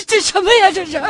这什么呀？这是！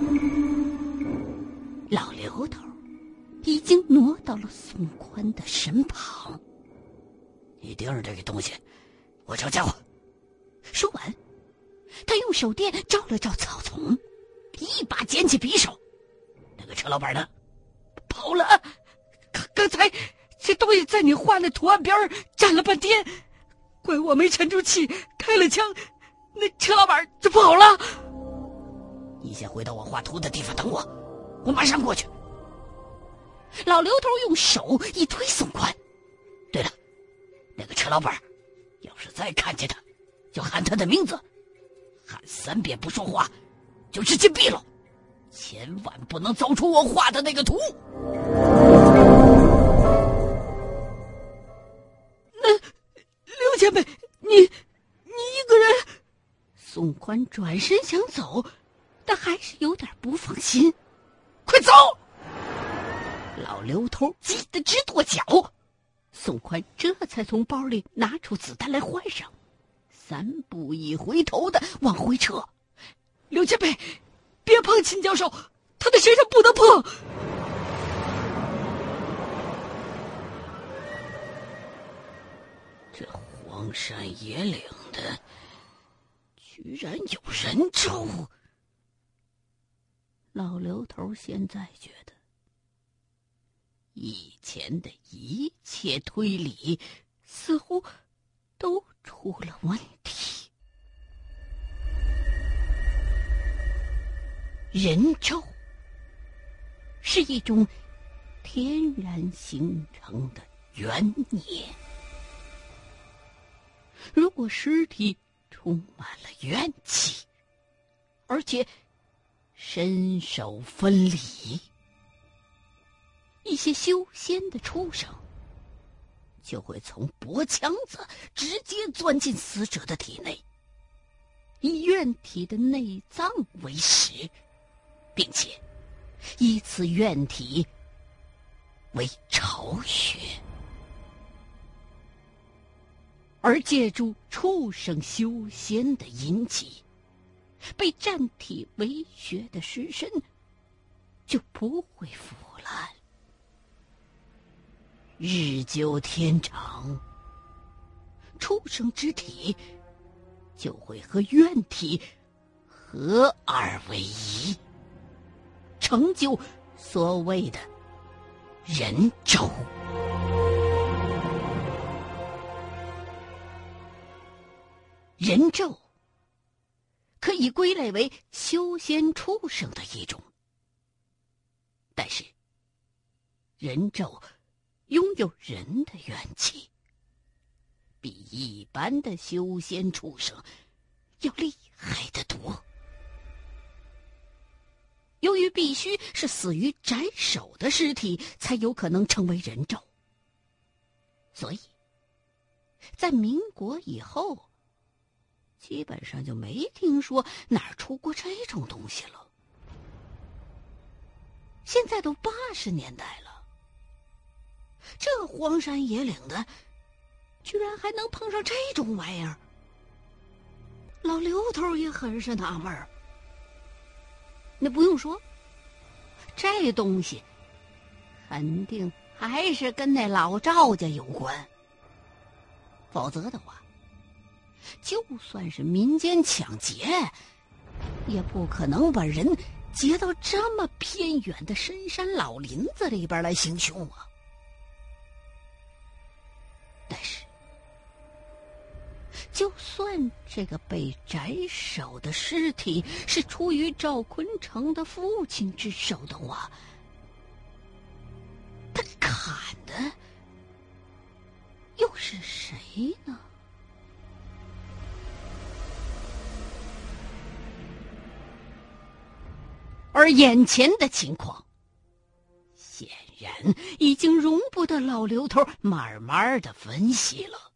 老刘头已经挪到了宋宽的身旁。 你盯着这个东西，我找家伙。 说完，他用手电照了照草丛，一把捡起匕首。 那个车老板呢？跑了。刚才这东西在你画那图案边站了半天，怪我没沉住气，开了枪，那车老板就跑了。你先回到我画图的地方等我，我马上过去。 老刘头用手一推宋宽。 对了，那个车老板要是再看见他，就喊他的名字，喊3遍不说话就直接毙了，千万不能走出我画的那个图。那刘前辈，你一个人？ 宋宽转身想走，但还是有点不放心。 快走！ 老刘头急得直跺脚。宋宽这才从包里拿出子弹来换上，3步一回头的往回撤。 刘前辈，别碰秦教授，他的身上不能碰。这荒山野岭的，居然有人咒。 老刘头现在觉得，以前的一切推理似乎都出了问题。人咒是一种天然形成的冤孽。如果尸体充满了怨气，而且身首分离，一些修仙的畜生就会从脖腔子直接钻进死者的体内，以怨体的内脏为食，并且以此怨体为巢穴，而借助畜生修仙的阴气，被占体为穴的尸身就不会腐烂。日久天长，畜生之体就会和怨体合二为一，成就所谓的人咒。人咒可以归类为修仙畜生的一种，但是人咒拥有人的怨气，比一般的修仙畜生要厉害得多。由于必须是死于斩首的尸体才有可能成为人咒，所以在民国以后，基本上就没听说哪儿出过这种东西了。现在都80年代了，这荒山野岭的居然还能碰上这种玩意儿，老刘头也很是纳闷儿。那不用说，这东西肯定还是跟那老赵家有关，否则的话，就算是民间抢劫，也不可能把人劫到这么偏远的深山老林子里边来行凶啊。但是就算这个被斩首的尸体是出于赵坤成的父亲之手的话，他砍的又是谁呢？而眼前的情况显然已经容不得老刘头慢慢的分析了。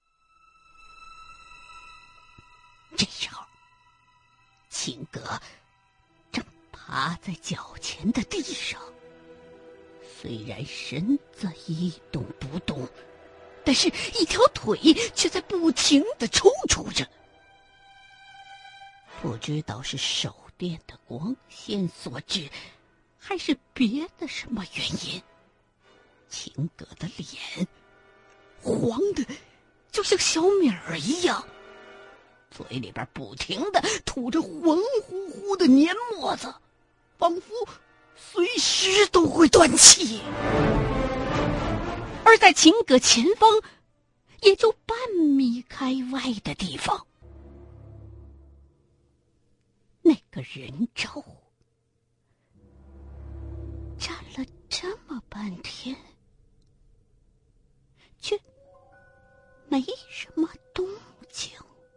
这时候，秦格正趴在脚前的地上，虽然身子一动不动，但是一条腿却在不停地抽搐着。不知道是手电的光线所致，还是别的什么原因，秦葛的脸黄的就像小米儿一样，嘴里边不停地吐着黄乎乎的黏沫子，仿佛随时都会断气。而在秦葛前方也就半米开外的地方，那个人咒站了这么半天，却没什么动静。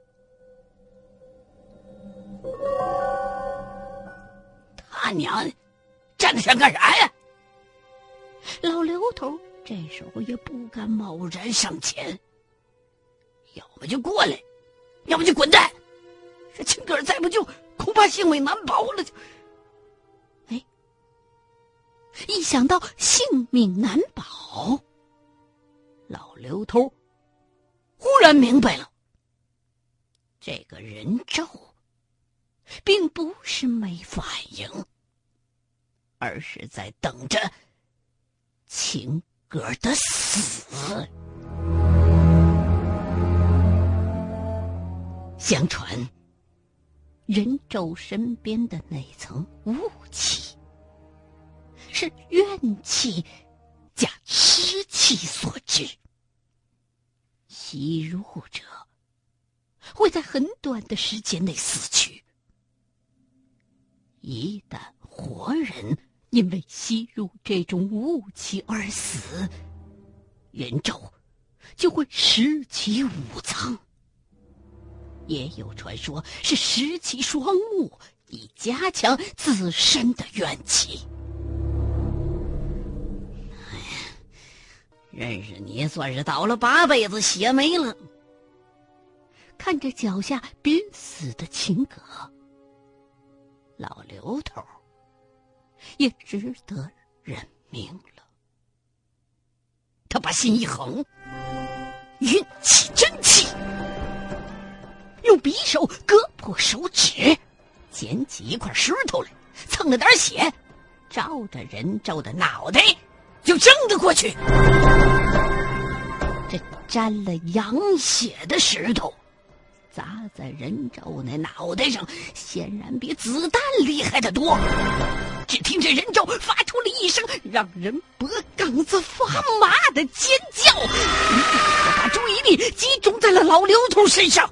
他娘，站着想干啥呀？ 老刘头这时候也不敢贸然上前， 要么就过来，要么就滚蛋。这秦葛再不救，恐怕性命难保了。 一想到性命难保，老刘头忽然明白了，这个人咒并不是没反应，而是在等着秦葛的死。相传人咒身边的那层雾气是怨气加湿气所致，吸入者会在很短的时间内死去。一旦活人因为吸入这种雾气而死，人咒就会失其五脏。也有传说是食其双目，以加强自身的怨气。 认识你算是倒了8辈子血霉了。 看着脚下濒死的秦葛，老刘头也只得认命了。 他把心一横，运起真气，用匕首割破手指，捡起一块石头来，蹭了点血，照着人咒的脑袋就扔了过去。这沾了羊血的石头砸在人咒那脑袋上，显然比子弹厉害得多。只听这人咒发出了一声让人脖梗子发麻的尖叫，把注意力集中在了老刘头身上。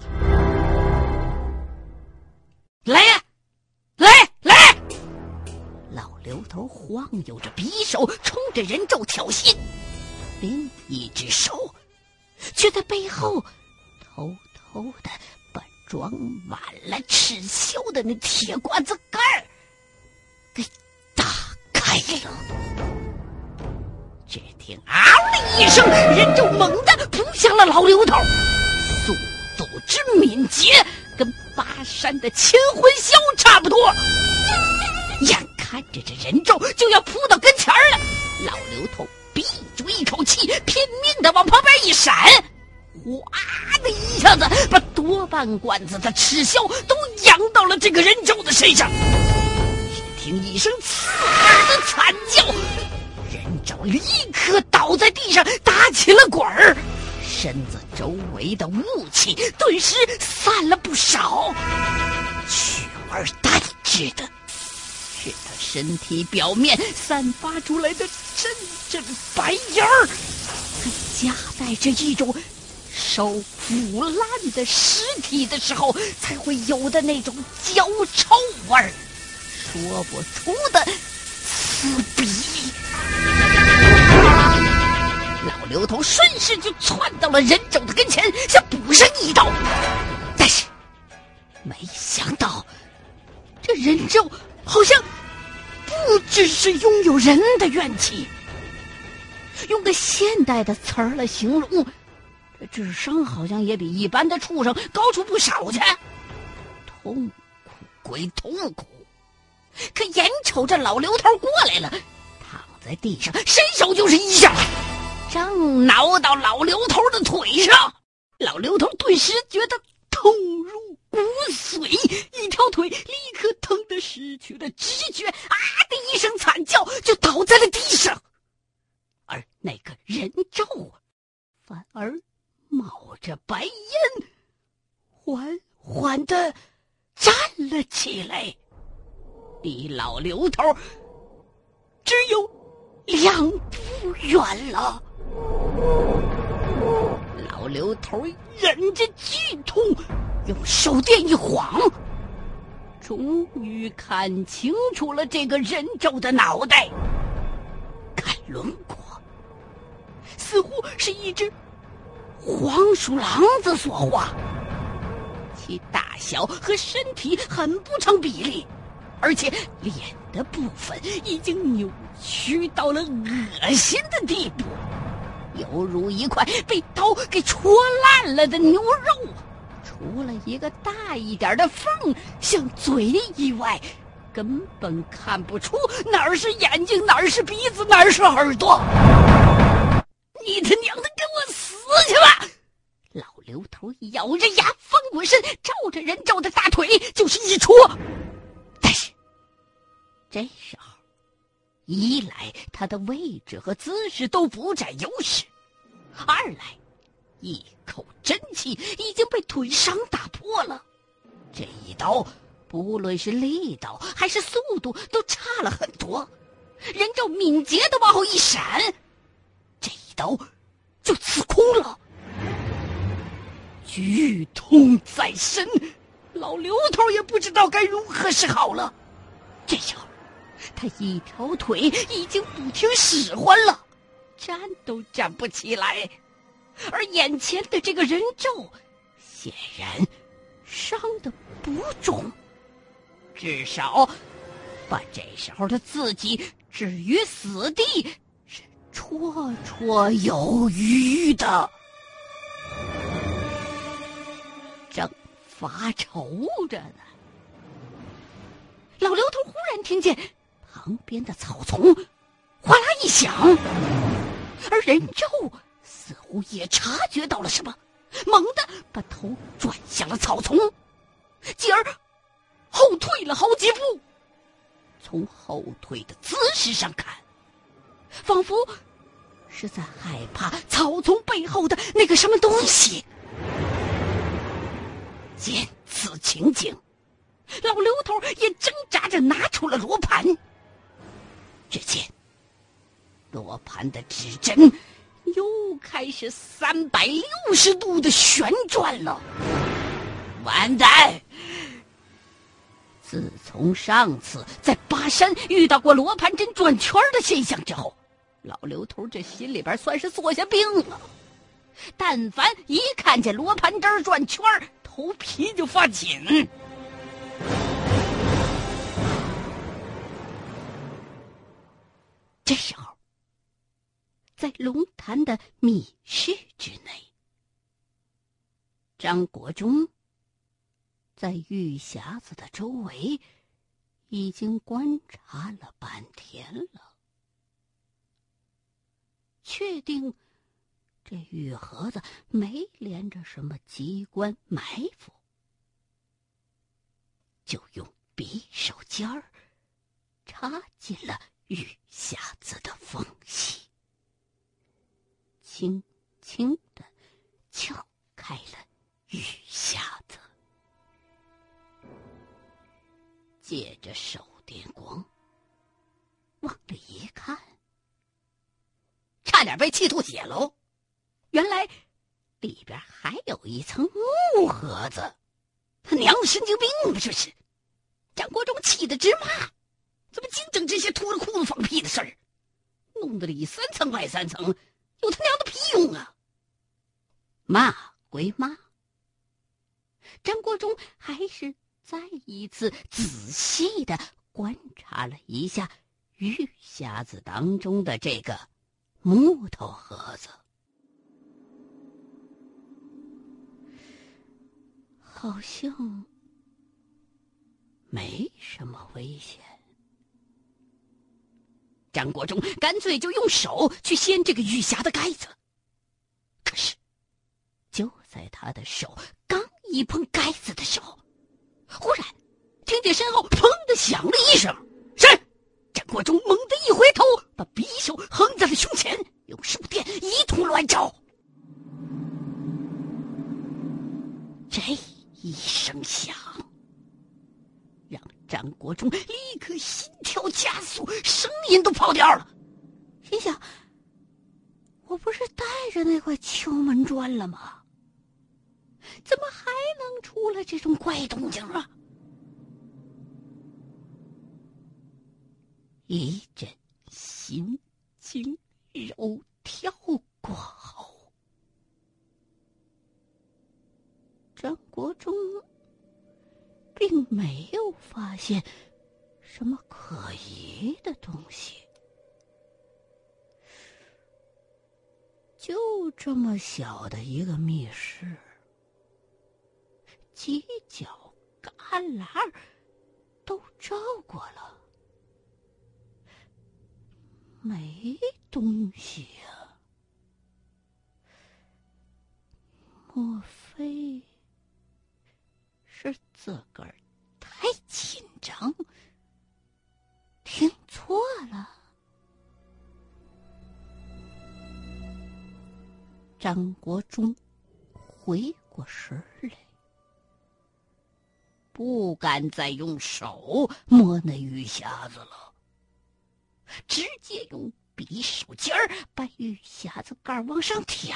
来呀，来！老刘头晃悠着匕首冲着人咒挑衅，另一只手却在背后偷偷的把装满了赤锈的那铁罐子盖儿给打开了。只听嗷的一声，人咒猛地扑向了老刘头，速度之敏捷跟巴山的千魂霄差不多。眼看着这人咒就要扑到跟前了，老刘头闭住一口气，拼命的往旁边一闪，哗的一下子把多半罐子的赤鞘都扬到了这个人咒的身上。只听一声刺耳的惨叫，人咒立刻倒在地上打起了滚儿，身子周围的雾气顿时散了不少，取而代之的是他身体表面散发出来的阵阵白烟儿，还夹带着一种受腐烂的尸体的时候才会有的那种焦臭味儿，说不出的刺鼻。老刘头顺势就窜到了人咒的跟前，想补上一刀，但是没想到这人咒好像不只是拥有人的怨气，用个现代的词儿来形容，这智商好像也比一般的畜生高出不少去。痛苦归痛苦，可眼瞅着老刘头过来了，躺在地上伸手就是一下，正挠到老刘头的腿上。老刘头顿时觉得痛入骨髓，一条腿立刻疼得子失去了知觉，啊的一声惨叫，就倒在了地上。而那个人咒反而冒着白烟，缓缓地站了起来，离老刘头只有2步远了。老刘头忍着剧痛，用手电一晃，终于看清楚了这个人咒的脑袋。看轮廓，似乎是一只黄鼠狼子所画，其大小和身体很不成比例，而且脸的部分已经扭曲到了恶心的地步，犹如一块被刀给戳烂了的牛肉，除了一个大一点的缝像嘴以外，根本看不出哪儿是眼睛，哪儿是鼻子，哪儿是耳朵。你他娘的跟我死去吧！老刘头咬着牙翻滚身，照着人咒的大腿就是一戳。但是这时候，一来他的位置和姿势都不占优势，二来一口真气已经被腿伤打破了。这一刀不论是力道还是速度都差了很多，人咒敏捷地往后一闪，这一刀就刺空了。剧痛在身，老刘头也不知道该如何是好了。这时候他一条腿已经不听使唤了，站都站不起来，而眼前的这个人咒显然伤得不重，至少把这时候的自己置于死地是绰绰有余的。正发愁着呢，老刘头忽然听见旁边的草丛哗啦一响，而人咒似乎也察觉到了什么，猛地把头转向了草丛，继而后退了好几步。从后退的姿势上看，仿佛是在害怕草丛背后的那个什么东西。见此情景，老刘头也挣扎着拿出了罗盘。只见罗盘的指针又开始360度的旋转了。完蛋！自从上次在巴山遇到过罗盘针转圈的现象之后，老刘头这心里边算是坐下病了。但凡一看见罗盘针转圈，头皮就发紧。这时候，在龙潭的密室之内，张国忠在玉匣子的周围已经观察了半天了，确定这玉盒子没连着什么机关埋伏，就用匕首尖儿插进了玉匣子的缝隙，轻轻地撬开了玉匣子，借着手电光往里一看，差点被气吐血喽！原来里边还有一层木盒子，他娘的神经病吧这是！张国忠气得直骂，怎么净整这些脱了裤子放屁的事儿，弄得里3层外3层，有他娘的屁用啊！骂归骂，张国忠还是再一次仔细地观察了一下玉匣子当中的这个木头盒子，好像没什么危险。张国忠干脆就用手去掀这个玉匣的盖子，可是就在他的手刚一碰盖子的时候，忽然听见身后砰的响了一声，是张国忠猛地一回头，把匕首横在了胸前，用手电一通乱照。这一声响让张国忠立刻心跳加速，声音都跑调了， 心想，我不是带着那块敲门砖了吗？怎么还能出来这种怪动静啊？ 一阵心惊肉跳过后， 张国忠并没有发现什么可疑的东西。就这么小的一个密室，犄角旮旯都照过了，没东西呀。莫非是自个儿太紧张，听错了？张国忠回过神来， 不敢再用手摸那玉匣子了，直接用匕首尖儿把玉匣子盖往上挑。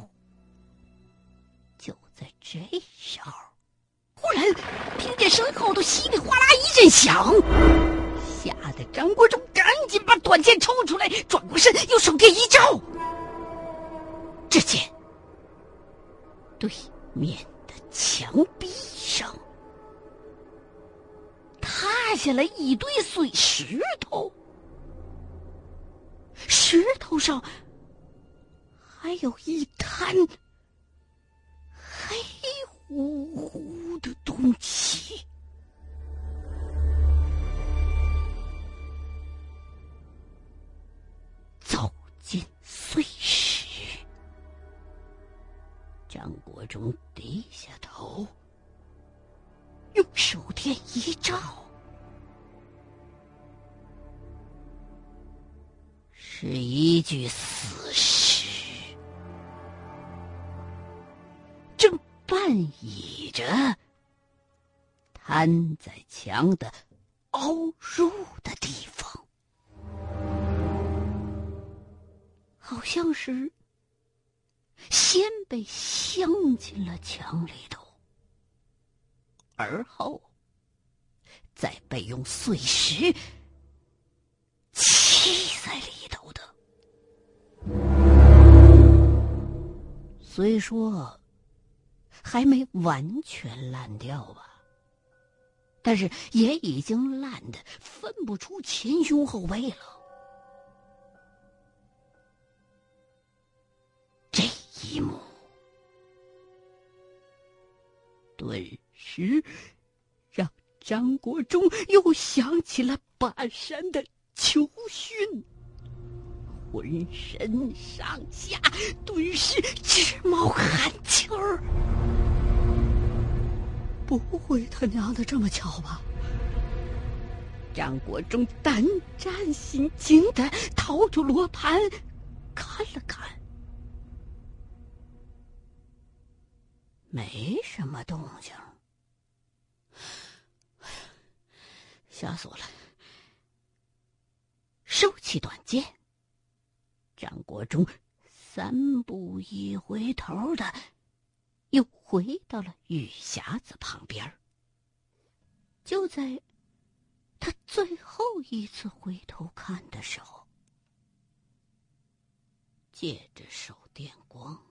就在这时候，忽然听见身后都稀里哗啦一阵响，吓得张国忠赶紧把短剑抽出来，转过身用手电一照，只见对面的墙壁上塌下来一堆碎石头，石头上还有一滩黑乎乎的东西。走进碎石，张国忠低下头，用手电一照，是一具死尸，正半倚着瘫在墙的凹入的地方， 好像是先被镶进了墙里头， 而后再被用碎石砌在里头的。虽说还没完全烂掉吧，但是也已经烂得分不出前胸后背了。这一幕顿时让张国忠又想起了巴山的囚训，浑身上下顿时直冒汗气儿。 不会他娘的这么巧吧？ 张国忠胆战心惊的掏出罗盘看了看，没什么动静，吓死我了。收起短剑，张国忠三步一回头的又回到了玉匣子旁边。就在他最后一次回头看的时候，借着手电光，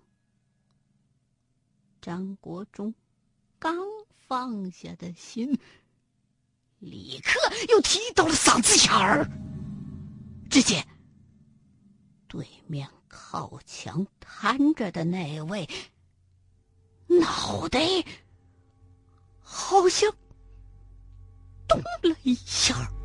张国忠刚放下的心立刻又提到了嗓子眼儿。只见对面靠墙瘫着的那位脑袋好像动了一下，